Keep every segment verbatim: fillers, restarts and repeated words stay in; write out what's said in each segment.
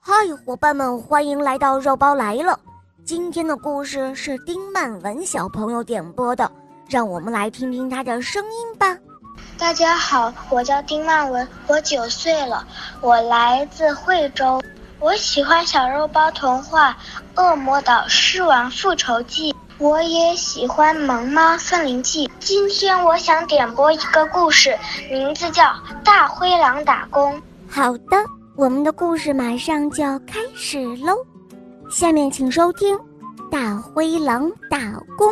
嗨，伙伴们，欢迎来到肉包来了。今天的故事是丁曼文小朋友点播的，让我们来听听他的声音吧。 大家好，我叫丁曼文，我九岁了，我来自惠州。我喜欢小肉包童话《恶魔岛狮王复仇记》，我也喜欢《萌猫森林记》。今天我想点播一个故事，名字叫《大灰狼打工》。 好的，我们的故事马上就要开始喽。下面请收听《大灰狼打工》。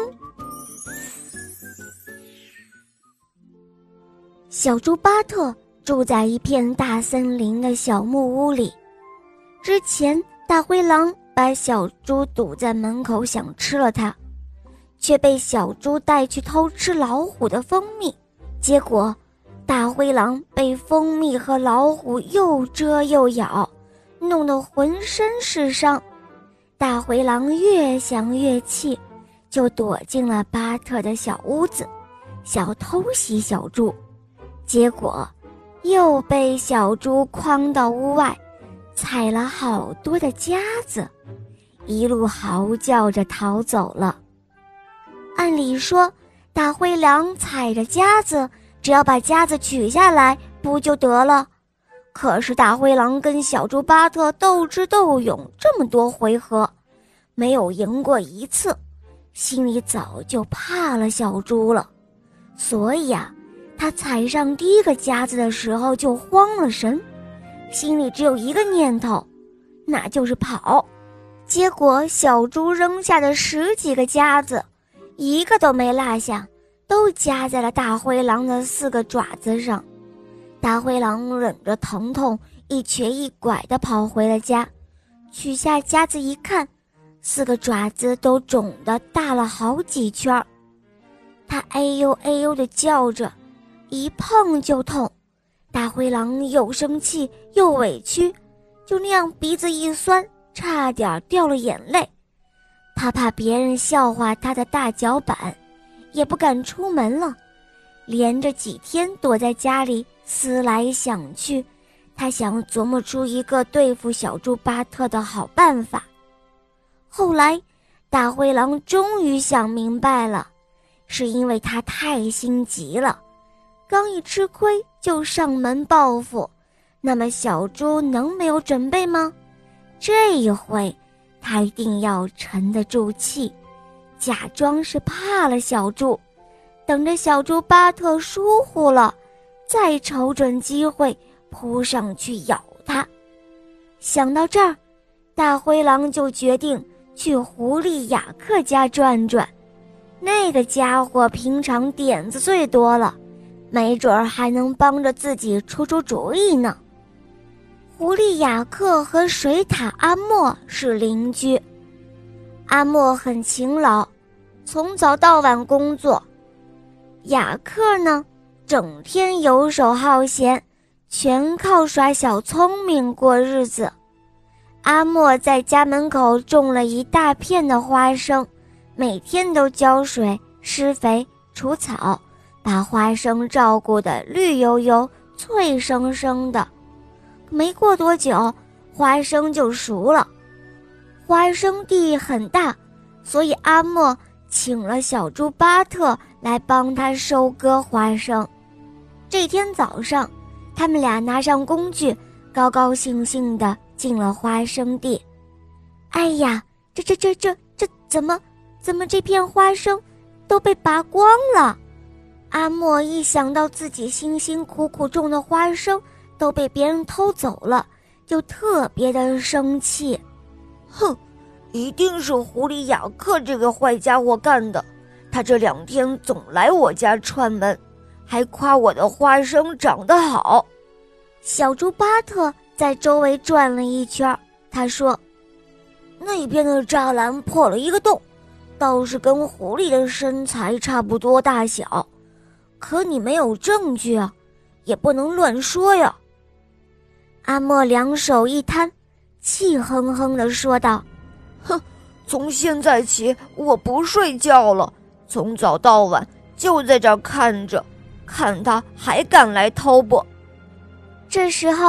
小猪巴特住在一片大森林的小木屋里。之前大灰狼把小猪堵在门口想吃了它，却被小猪带去偷吃老虎的蜂蜜，结果大灰狼被蜂蜜和老虎又蛰又咬，弄得浑身是伤。大灰狼越想越气，就躲进了巴特的小屋子，想偷袭小猪，结果又被小猪诓到屋外，踩了好多的夹子，一路嚎叫着逃走了。按理说，大灰狼踩着夹子，只要把夹子取下来不就得了？可是大灰狼跟小猪巴特斗智斗勇这么多回合，没有赢过一次，心里早就怕了小猪了。所以啊，他踩上第一个夹子的时候就慌了神，心里只有一个念头，那就是跑。结果小猪扔下的十几个夹子，一个都没落下，都夹在了大灰狼的四个爪子上。大灰狼忍着疼痛，一瘸一拐地跑回了家，取下夹子一看，四个爪子都肿得大了好几圈。他哎呦哎呦地叫着，一碰就痛。大灰狼又生气又委屈，就那样鼻子一酸，差点掉了眼泪。他怕别人笑话他的大脚板，也不敢出门了，连着几天躲在家里思来想去，他想琢磨出一个对付小猪巴特的好办法。后来大灰狼终于想明白了，是因为他太心急了，刚一吃亏就上门报复，那么小猪能没有准备吗？这一回他一定要沉得住气，假装是怕了小猪，等着小猪巴特疏忽了，再瞅准机会扑上去咬他。想到这儿，大灰狼就决定去狐狸雅克家转转，那个家伙平常点子最多了，没准儿还能帮着自己出出主意呢。狐狸雅克和水獭阿莫是邻居，阿莫很勤劳，从早到晚工作，雅克呢，整天游手好闲，全靠耍小聪明过日子。阿莫在家门口种了一大片的花生，每天都浇水、施肥、除草，把花生照顾得绿油油、脆生生的。没过多久，花生就熟了。花生地很大，所以阿莫请了小猪巴特来帮他收割花生。这天早上，他们俩拿上工具，高高兴兴地进了花生地。哎呀，这这这这这怎么怎么这片花生都被拔光了？阿莫一想到自己辛辛苦苦种的花生都被别人偷走了，就特别的生气。 哼，一定是狐狸雅克这个坏家伙干的，他这两天总来我家串门，还夸我的花生长得好。 小猪巴特在周围转了一圈，他说， 那边的栅栏破了一个洞，倒是跟狐狸的身材差不多大小，可你没有证据啊，也不能乱说呀。 阿莫两手一摊，气哼哼地说道， 哼，从现在起我不睡觉了，从早到晚就在这儿看着，看他还敢来偷不。 这时候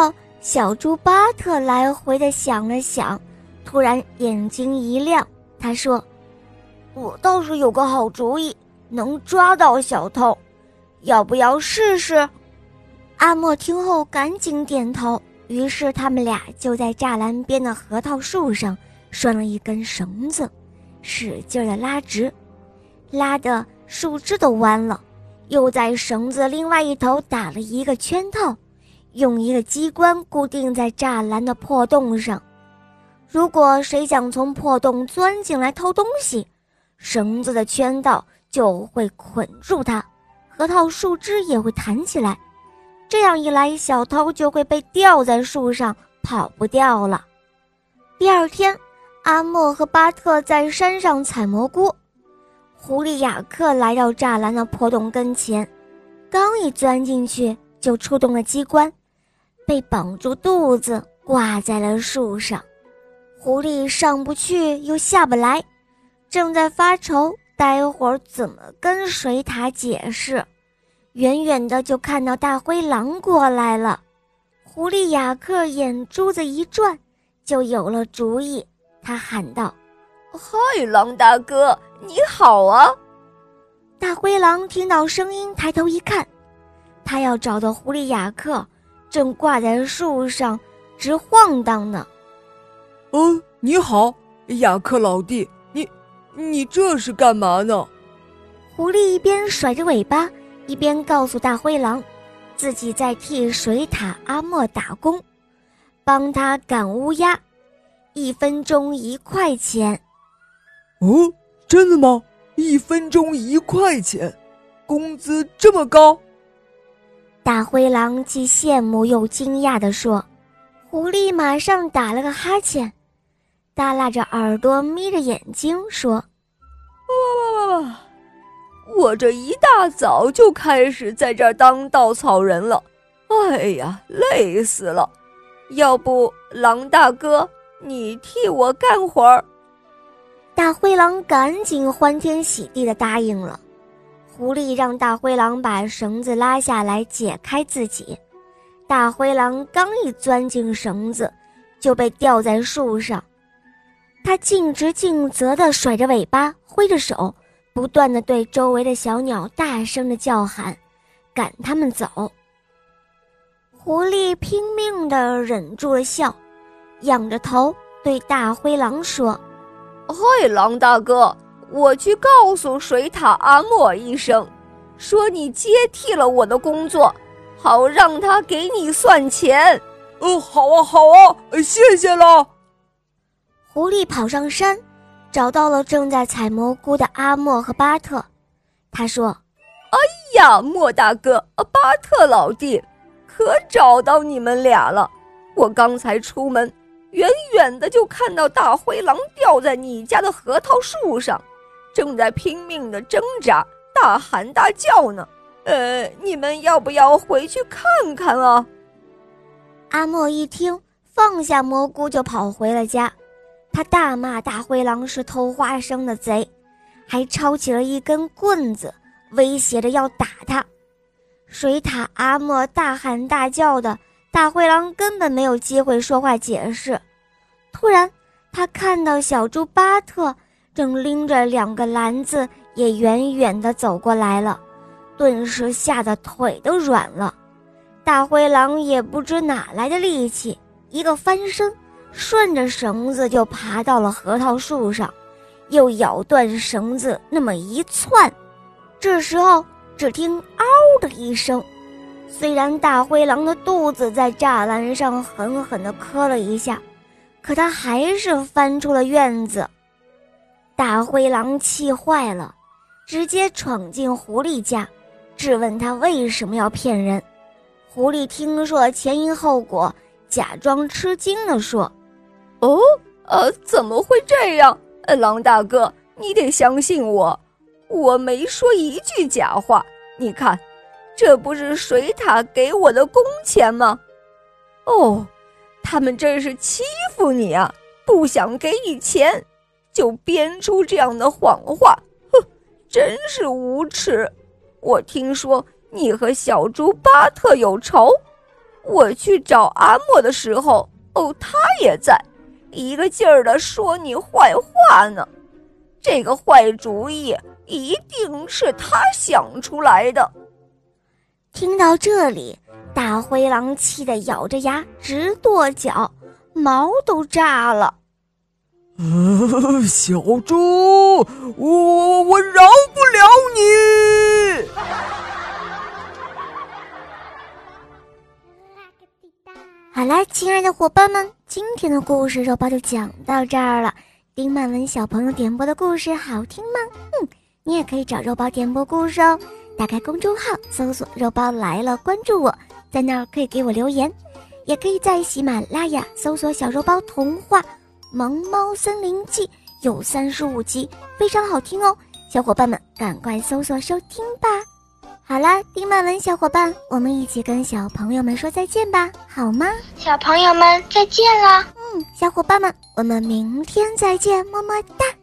小猪巴特来回的想了想，突然眼睛一亮，他说： 我倒是有个好主意，能抓到小偷，要不要试试？ 阿莫听后赶紧点头，于是他们俩就在栅栏边的核桃树上拴了一根绳子，使劲地拉直，拉得树枝都弯了，又在绳子另外一头打了一个圈套，用一个机关固定在栅栏的破洞上。如果谁想从破洞钻进来偷东西，绳子的圈套就会捆住他，核桃树枝也会弹起来，这样一来，小偷就会被吊在树上，跑不掉了。第二天，阿莫和巴特在山上采蘑菇，狐狸雅克来到栅栏的破洞跟前，刚一钻进去就触动了机关，被绑住肚子挂在了树上。狐狸上不去又下不来，正在发愁待会儿怎么跟水獭解释，远远的就看到大灰狼过来了。狐狸雅克眼珠子一转，就有了主意，他喊道： 嗨，狼大哥，你好啊！ 大灰狼听到声音抬头一看，他要找的狐狸雅克正挂在树上直晃荡呢。 哦，你好，雅克老弟，你你这是干嘛呢？ 狐狸一边甩着尾巴，一边告诉大灰狼，自己在替水獭阿莫打工，帮他赶乌鸦，一分钟一块钱。 哦，真的吗？一分钟一块钱，工资这么高？ 大灰狼既羡慕又惊讶地说。狐狸马上打了个哈欠，耷拉着耳朵眯着眼睛说： 哇哇哇哇！我这一大早就开始在这儿当稻草人了，哎呀，累死了！要不狼大哥，你替我干活儿？ 大灰狼赶紧欢天喜地地答应了。狐狸让大灰狼把绳子拉下来解开自己，大灰狼刚一钻进绳子，就被吊在树上。他尽职尽责地甩着尾巴，挥着手，不断地对周围的小鸟大声地叫喊，赶它们走。狐狸拼命地忍住了笑，仰着头对大灰狼说： 嗨，狼大哥，我去告诉水獭阿莫一声，说你接替了我的工作，好让他给你算钱。 哦，好啊好啊，谢谢了。 狐狸跑上山，找到了正在采蘑菇的阿莫和巴特。他说： 哎呀，莫大哥，巴特老弟，可找到你们俩了。我刚才出门，远远的就看到大灰狼吊在你家的核桃树上，正在拼命的挣扎，大喊大叫呢。呃，你们要不要回去看看啊？ 阿莫一听，放下蘑菇就跑回了家。他大骂大灰狼是偷花生的贼，还抄起了一根棍子，威胁着要打他。水獭阿莫大喊大叫的，大灰狼根本没有机会说话解释。突然，他看到小猪巴特正拎着两个篮子，也远远地走过来了，顿时吓得腿都软了。大灰狼也不知哪来的力气，一个翻身，顺着绳子就爬到了核桃树上，又咬断绳子那么一窜。这时候只听嗷的一声，虽然大灰狼的肚子在栅栏上狠狠地磕了一下，可他还是翻出了院子。大灰狼气坏了，直接闯进狐狸家，质问他为什么要骗人。狐狸听说了前因后果，假装吃惊地说： 哦，呃，怎么会这样？呃，狼大哥，你得相信我，我没说一句假话。你看，这不是水獭给我的工钱吗？哦，他们真是欺负你啊，不想给你钱，就编出这样的谎话，哼，真是无耻。我听说你和小猪巴特有仇， 我去找阿莫的时候，哦，他也在，一个劲儿地说你坏话呢。这个坏主意一定是他想出来的。” 听到这里，大灰狼气得咬着牙直跺脚，毛都炸了。 呃，小猪，我我我饶不了你！ 好啦，亲爱的伙伴们，今天的故事肉包就讲到这儿了。丁曼文小朋友点播的故事好听吗？嗯，你也可以找肉包点播故事哦。打开公众号搜索肉包来了，关注我，在那儿可以给我留言，也可以在喜马拉雅搜索小肉包童话《萌猫森林记》，有三十五集，非常好听哦。小伙伴们赶快搜索收听吧。好啦，丁曼文小伙伴，我们一起跟小朋友们说再见吧，好吗？ 小朋友们再见啦。 嗯，小伙伴们，我们明天再见，么么哒。